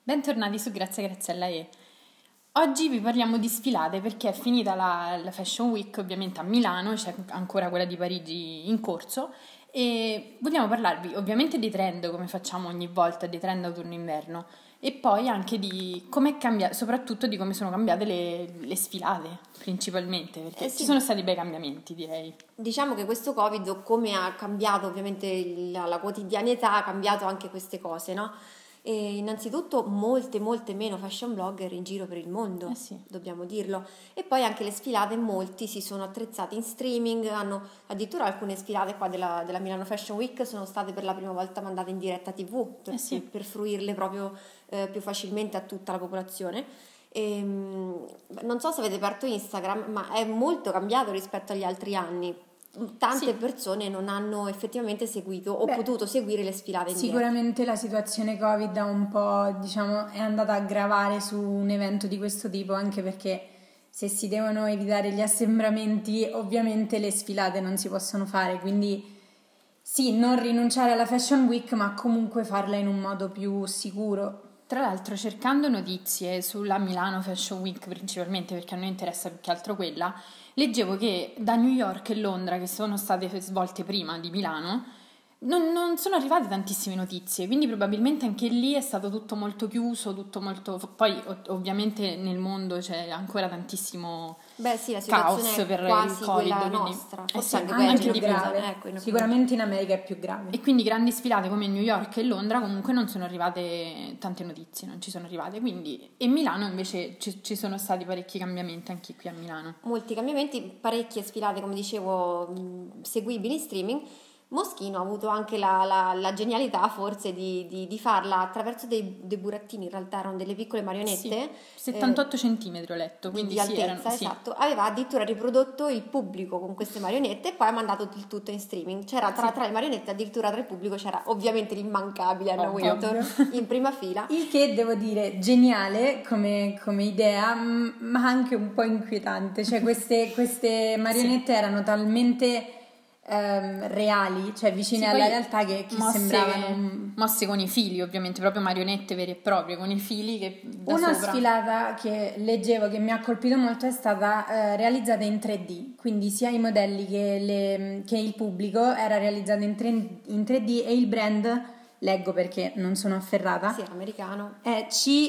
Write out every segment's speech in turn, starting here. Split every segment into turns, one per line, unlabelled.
Bentornati su Grazie a lei. Oggi vi parliamo di sfilate perché è finita la Fashion Week ovviamente a Milano, c'è ancora quella di Parigi in corso e vogliamo parlarvi ovviamente dei trend come facciamo ogni volta, dei trend autunno-inverno e poi anche di come è cambiato, soprattutto di come sono cambiate le sfilate principalmente perché ci sono stati bei cambiamenti, direi.
Diciamo che questo Covid, come ha cambiato ovviamente la quotidianità, ha cambiato anche queste cose, no? E innanzitutto molte meno fashion blogger in giro per il mondo, dobbiamo dirlo, e poi anche le sfilate, molti si sono attrezzati in streaming, hanno addirittura alcune sfilate qua della Milano Fashion Week sono state per la prima volta mandate in diretta TV per fruirle proprio più facilmente a tutta la popolazione. Non so se avete aperto Instagram, ma è molto cambiato rispetto agli altri anni. Tante persone non hanno effettivamente seguito o potuto seguire le sfilate in
sicuramente diretta. La situazione Covid ha un po', è andata a gravare su un evento di questo tipo, anche perché se si devono evitare gli assembramenti ovviamente le sfilate non si possono fare, quindi sì, non rinunciare alla Fashion Week ma comunque farla in un modo più sicuro.
Tra l'altro, cercando notizie sulla Milano Fashion Week principalmente, perché a noi interessa più che altro quella, leggevo che da New York e Londra, che sono state svolte prima di Milano, non sono arrivate tantissime notizie, quindi probabilmente anche lì è stato tutto molto chiuso, tutto molto... Poi ovviamente nel mondo c'è ancora tantissimo caos per il Covid, quindi
nostra,
forse anche più grave. Sicuramente in America è più grave.
E quindi grandi sfilate come New York e Londra comunque non sono arrivate tante notizie, non ci sono arrivate, quindi e Milano invece ci sono stati parecchi cambiamenti anche qui a Milano.
Molti cambiamenti, parecchie sfilate come dicevo seguibili in streaming. Moschino ha avuto anche la genialità forse di farla attraverso dei burattini, in realtà erano delle piccole marionette,
78 centimetri ho letto, quindi
di altezza, esatto. Aveva addirittura riprodotto il pubblico con queste marionette e poi ha mandato il tutto in streaming. C'era tra le marionette, addirittura tra il pubblico c'era ovviamente l'immancabile Anna Wintour in prima fila,
il che devo dire geniale come idea, ma anche un po' inquietante, cioè queste marionette erano talmente reali, cioè vicine alla realtà che sembravano
mosse con i fili, ovviamente proprio marionette vere e proprie con i fili che
una sfilata che leggevo che mi ha colpito molto è stata realizzata in 3D, quindi sia i modelli che il pubblico era realizzato in 3D e il brand, leggo perché non sono afferrata,
sì, americano,
è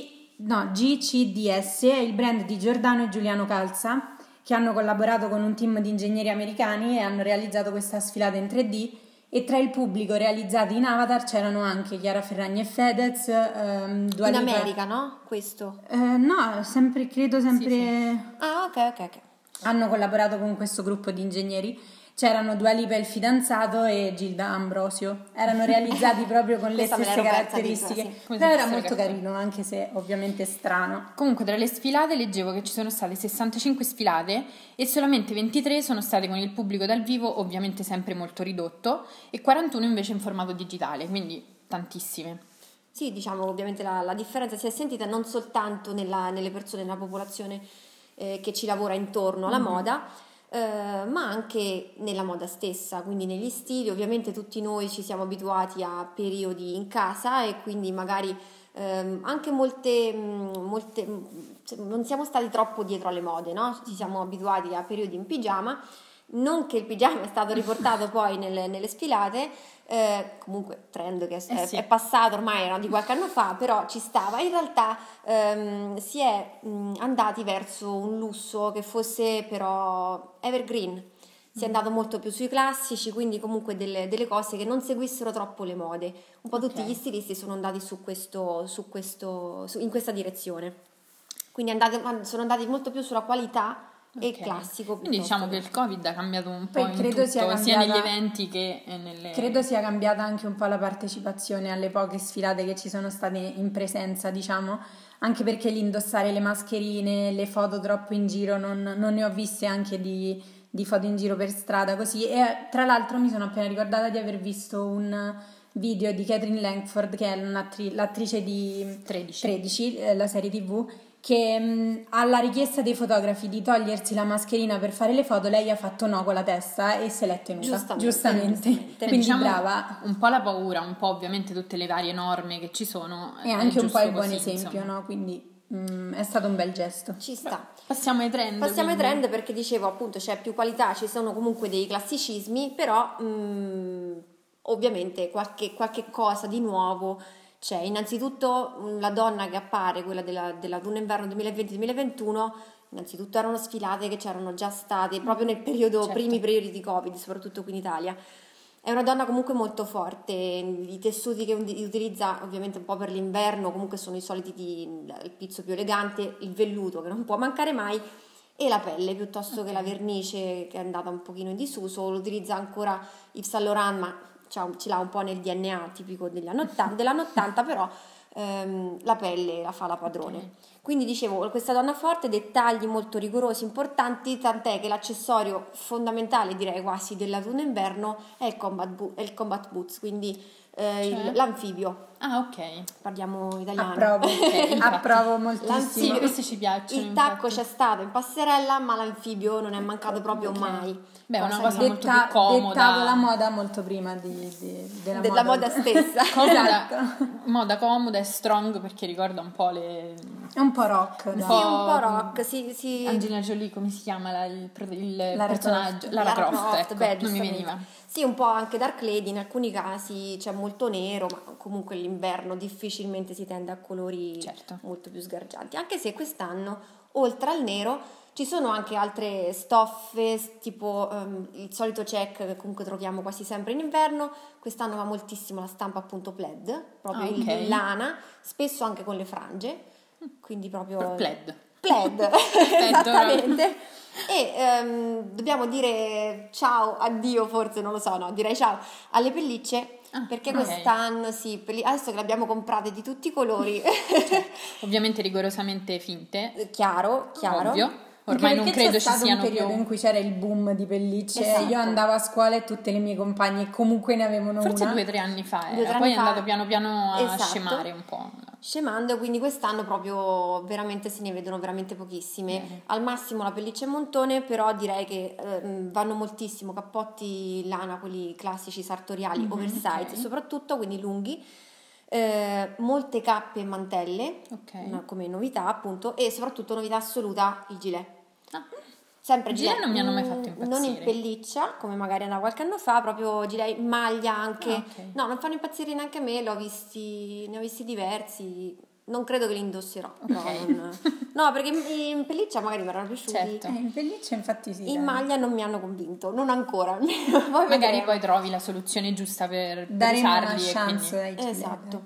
GCDS, è il brand di Giordano e Giuliano Calza, che hanno collaborato con un team di ingegneri americani e hanno realizzato questa sfilata in 3D, e tra il pubblico realizzati in avatar c'erano anche Chiara Ferragni e Fedez, Dua Lipa.
In America, no? Questo?
No, credo sempre...
Sì. Ah, ok.
Hanno collaborato con questo gruppo di ingegneri. C'erano Dua Lipa e il fidanzato e Gilda Ambrosio, erano realizzati proprio con le stesse caratteristiche, però era molto carino, anche se ovviamente strano.
Comunque tra le sfilate leggevo che ci sono state 65 sfilate e solamente 23 sono state con il pubblico dal vivo, ovviamente sempre molto ridotto, e 41 invece in formato digitale, quindi tantissime.
Sì, diciamo ovviamente la differenza si è sentita non soltanto nelle persone, nella popolazione che ci lavora intorno alla moda, ma anche nella moda stessa, quindi negli stili. Ovviamente tutti noi ci siamo abituati a periodi in casa e quindi magari anche molte non siamo stati troppo dietro alle mode, no? Ci siamo abituati a periodi in pigiama, non che il pigiama è stato riportato poi nelle sfilate, comunque trend che è passato ormai, era di qualche anno fa, però ci stava. In realtà si è andati verso un lusso che fosse però evergreen, si è andato molto più sui classici, quindi comunque delle cose che non seguissero troppo le mode. Un po' tutti gli stilisti sono andati in questa direzione, quindi sono andati molto più sulla qualità e classico.
Quindi diciamo che il Covid ha cambiato un po' in tutto, sia negli eventi che nelle...
Credo sia cambiata anche un po' la partecipazione alle poche sfilate che ci sono state in presenza, diciamo, anche perché l'indossare le mascherine, le foto troppo in giro, non ne ho viste anche di foto in giro per strada così. E tra l'altro mi sono appena ricordata di aver visto un video di Catherine Langford, che è l'attrice di 13, la serie TV, che alla richiesta dei fotografi di togliersi la mascherina per fare le foto, lei ha fatto no con la testa e se l'è tenuta, giustamente. Quindi
diciamo,
brava.
Un po' la paura, un po' ovviamente tutte le varie norme che ci sono.
E anche un po' il buon
così,
esempio,
insomma.
no? Quindi è stato un bel gesto.
Ci sta.
Passiamo ai trend.
Passiamo ai
quindi.
trend, perché dicevo appunto c'è più qualità, ci sono comunque dei classicismi, però ovviamente qualche cosa di nuovo c'è. Innanzitutto la donna che appare, quella dell'autunno-inverno 2020-2021, innanzitutto erano sfilate che c'erano già state proprio nel periodo,
Certo.
primi periodi di Covid, soprattutto qui in Italia. È una donna comunque molto forte, i tessuti che utilizza ovviamente un po' per l'inverno comunque sono i soliti il pizzo più elegante, il velluto che non può mancare mai, e la pelle piuttosto che la vernice, che è andata un pochino in disuso. Lo utilizza ancora Yves Saint Laurent, ma ce l'ha un po' nel DNA tipico dell'anno 80, però la pelle la fa la padrone.
Okay.
Quindi dicevo, questa donna forte, dettagli molto rigorosi, importanti, tant'è che l'accessorio fondamentale, direi quasi, dell'autunno-inverno è il combat boots, quindi l'anfibio.
Ah, ok.
Parliamo italiano.
Approvo,
infatti.
approvo moltissimo.
L'anfibio,
questi ci piacciono,
il tacco
infatti.
c'è stato in passerella, ma l'anfibio non è mancato proprio mai.
Beh, è una
Cosa
cosa
che-
molto più comoda.
Dettavo la moda molto prima della
della moda stessa.
Comoda, moda comoda e strong, perché ricorda un po' le...
È un po' rock,
Un
dai.
Sì, un po' rock, sì.
Angelina Jolie, come si chiama il
Lara
personaggio?
Croft.
Lara Croft, ecco,
beh,
non mi
giustamente.
veniva.
Sì, un po' anche Dark Lady, in alcuni casi c'è molto nero, ma comunque l'inverno difficilmente si tende a colori
Certo.
molto più sgargianti, anche se quest'anno, oltre al nero, ci sono anche altre stoffe, tipo il solito check che comunque troviamo quasi sempre in inverno. Quest'anno va moltissimo la stampa appunto plaid, proprio
Ah, ok.
in lana, spesso anche con le frange, quindi proprio...
Plaid.
Plaid, esattamente. E dobbiamo dire ciao, addio forse, non lo so, no, direi ciao alle pellicce, perché
ok.
quest'anno sì, adesso che le abbiamo comprate di tutti i colori,
Ovviamente rigorosamente finte,
chiaro.
ovvio. Ormai non
Anche
credo
perché
ci
c'è stato
siano
un periodo
più...
in cui c'era il boom di pellicce.
Esatto.
Io andavo a scuola e tutte le mie compagne comunque ne avevano
Forse
una.
2 o 3 anni fa
2 o 3
era,
anni
poi è
fa.
andato piano piano a
Esatto.
scemare un po'.
Scemando, quindi quest'anno proprio veramente se ne vedono veramente pochissime.
Bene.
Al massimo la pelliccia e montone, però direi che vanno moltissimo cappotti lana, quelli classici sartoriali, oversize
ok.
soprattutto, quindi lunghi. Molte cappe e mantelle,
Ok.
come novità appunto, e soprattutto novità assoluta il gilet.
Ah,
Sempre
Gilet
gilet,
non mi hanno mai fatto
non in
impazzire.
pelliccia come magari andava qualche anno fa, proprio gilet in maglia anche.
Ah, ok.
No, non fanno impazzire neanche a me, ne ho visti diversi. Non credo che li indosserò. No, no, perché in pelliccia magari mi erano piaciuti.
Certo.
In pelliccia infatti sì.
In
dai.
maglia non mi hanno convinto, non ancora. Poi
Magari
vedremo.
poi trovi la soluzione giusta per
Daremo una
usarli e
chance
quindi...
ai gilet.
Esatto.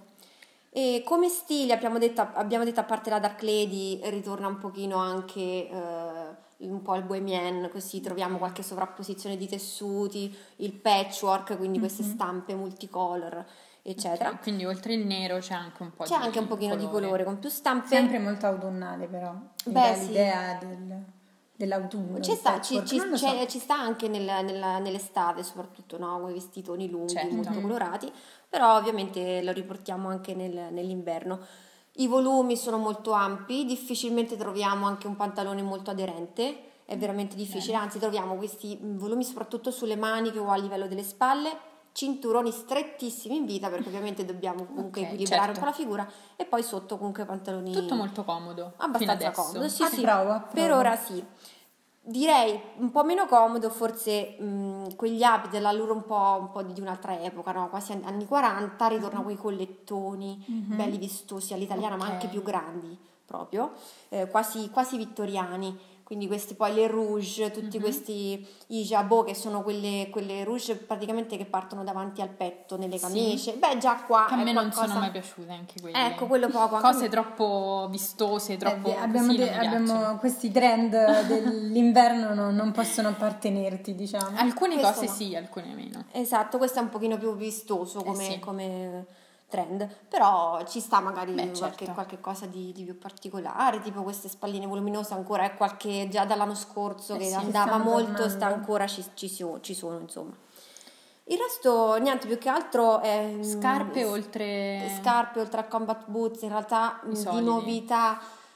E come stili abbiamo detto a parte la Dark Lady, ritorna un pochino anche un po' il bohemian, così troviamo qualche sovrapposizione di tessuti, il patchwork, quindi queste stampe multicolor, eccetera.
Ok, quindi oltre il nero c'è anche un po'
C'è anche un pochino di colore con più stampe.
Sempre molto autunnale però. Mi
Beh,
dà
sì.
l'idea dell'autunno.
Ci
del
sta,
patchwork, non lo so.
ci sta anche nell'estate, soprattutto, no? Quei vestitoni lunghi,
Certo.
molto colorati, però ovviamente lo riportiamo anche nell'inverno. I volumi sono molto ampi, difficilmente troviamo anche un pantalone molto aderente, è veramente difficile, anzi troviamo questi volumi soprattutto sulle maniche o a livello delle spalle, cinturoni strettissimi in vita, perché ovviamente dobbiamo comunque
Ok,
equilibrare
certo.
un po' la figura, e poi sotto comunque pantaloni
Tutto molto comodo. fino
abbastanza
adesso.
comodo, sì,
Approvo.
per ora sì. Direi un po' meno comodo forse quegli abiti dell'allure un po' di un'altra epoca, no? Quasi anni 40, ritorna quei collettoni belli vistosi all'italiana, ma
Ok.
anche più grandi proprio, quasi vittoriani. Quindi questi poi le rouge, tutti questi i jabot, che sono quelle rouge praticamente che partono davanti al petto nelle
Sì.
camicie. Beh, già qua
Che a
è
me non
qualcosa...
sono mai piaciute anche quelle.
Ecco, quello poco. anche
Cose
me-
troppo vistose, troppo
Abbiamo,
così, non mi piacciono.
abbiamo questi trend dell'inverno non possono appartenerti, diciamo.
Alcune
Questo
cose
no.
sì, alcune meno.
Esatto, questo è un pochino più vistoso
sì.
come trend, però ci sta magari
Beh, certo.
qualche cosa di più particolare, tipo queste spalline voluminose ancora, è qualche già dall'anno scorso che
sì,
andava
stanno
molto,
tornando.
sta ancora, ci sono insomma. Il resto niente, più che altro è
Scarpe oltre...
scarpe oltre a combat boots, in realtà di
soliti.
novità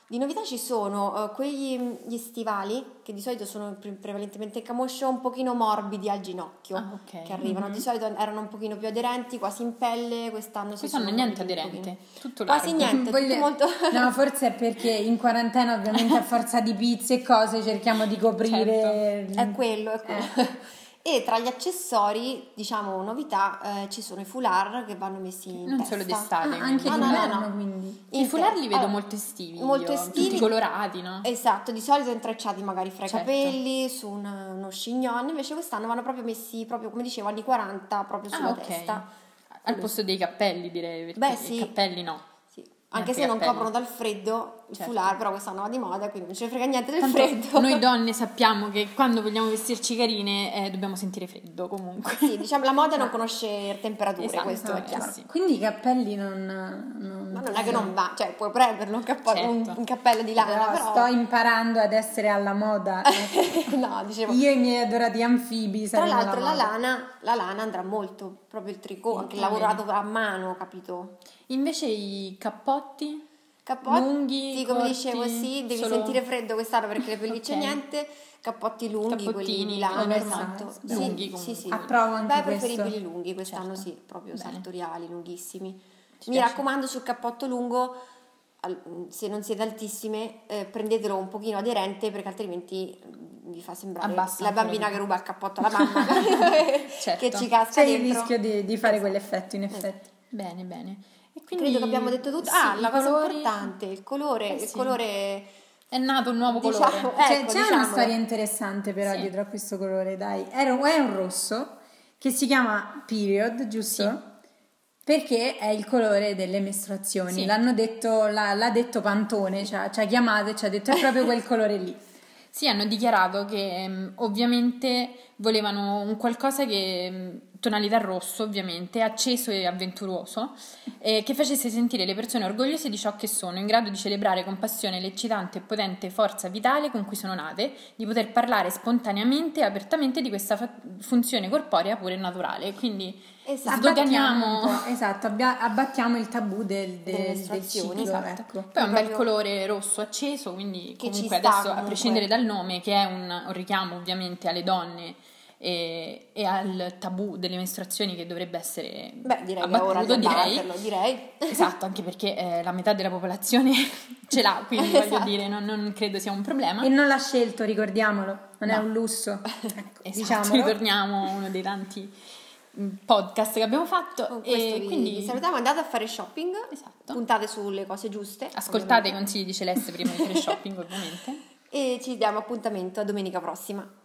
Di novità ci sono gli stivali che di solito sono prevalentemente in camoscio, un pochino morbidi al ginocchio, che arrivano. Di solito erano un pochino più aderenti, quasi in pelle, quest'anno si sono
niente aderente, tutto
quasi niente, tutto molto...
No, forse è perché in quarantena ovviamente a forza di pizze e cose cerchiamo di coprire...
Certo. È quello. E tra gli accessori, diciamo, novità, ci sono i foulard che vanno messi in
non
testa.
solo d'estate,
anche d'inverno, quindi.
I foulard li vedo molto estivi, tutti colorati, no?
Esatto, di solito intrecciati magari fra i capelli, su uno chignon, invece quest'anno vanno proprio messi, proprio come dicevo, anni 40, proprio sulla testa.
Al posto dei cappelli, direi, perché i cappelli no.
Anche se non coprono dal freddo il foulard, però quest'anno va di moda, quindi non ce ne frega niente del freddo.
Noi donne sappiamo che quando vogliamo vestirci carine dobbiamo sentire freddo comunque.
Sì, diciamo la moda non conosce temperature,
esatto,
questo è chiaro.
Sì. Quindi i cappelli
Ma non è che non va, cioè puoi prenderlo un cappello di lana, però...
sto imparando ad essere alla moda.
No, dicevo...
Io e i miei adorati anfibi
tra l'altro la lana andrà molto, proprio il tricot, anche lavorato a mano, capito?
Invece i cappotti
lunghi, come dicevo, devi sentire freddo quest'anno perché le pellicce niente, cappotti lunghi, quelli di lana, esatto.
Lunghi
sì.
Approvo anche questo.
Preferibili lunghi quest'anno, proprio sartoriali, lunghissimi. Mi raccomando, sul cappotto lungo, se non siete altissime, prendetelo un pochino aderente perché altrimenti vi fa sembrare la bambina che ruba il cappotto alla mamma che ci casca
c'è
dentro.
il rischio di fare quell'effetto, in effetti.
Bene. E quindi,
credo che abbiamo detto tutto. La cosa importante, il colore.
È nato un nuovo colore.
Diciamo,
c'è una storia interessante però dietro a questo colore, dai. È un rosso che si chiama Period, giusto?
Sì.
Perché è il colore delle mestruazioni.
Sì.
L'ha detto Pantone, ci ha chiamato e ci ha detto è proprio quel colore lì.
Sì, hanno dichiarato che ovviamente volevano un qualcosa che, tonalità rosso ovviamente, acceso e avventuroso, che facesse sentire le persone orgogliose di ciò che sono, in grado di celebrare con passione l'eccitante e potente forza vitale con cui sono nate, di poter parlare spontaneamente e apertamente di questa funzione corporea pure naturale. Quindi sdoganiamo...
abbattiamo il tabù del ciclo.
Esatto.
Ecco.
Poi è un bel colore rosso acceso, quindi comunque adesso, a prescindere dal nome, che è un richiamo ovviamente alle donne e al tabù delle mestruazioni che dovrebbe essere
direi
abbattuto,
direi.
Esatto, anche perché la metà della popolazione ce l'ha, quindi voglio dire non credo sia un problema.
E non l'ha scelto, ricordiamolo, non è un lusso.
Ecco, esatto, ritorniamo a uno dei tanti podcast che abbiamo fatto e quindi
vi salutiamo, andate a fare shopping, puntate sulle cose giuste,
ascoltate i consigli di Celeste prima di fare shopping ovviamente
e ci diamo appuntamento a domenica prossima.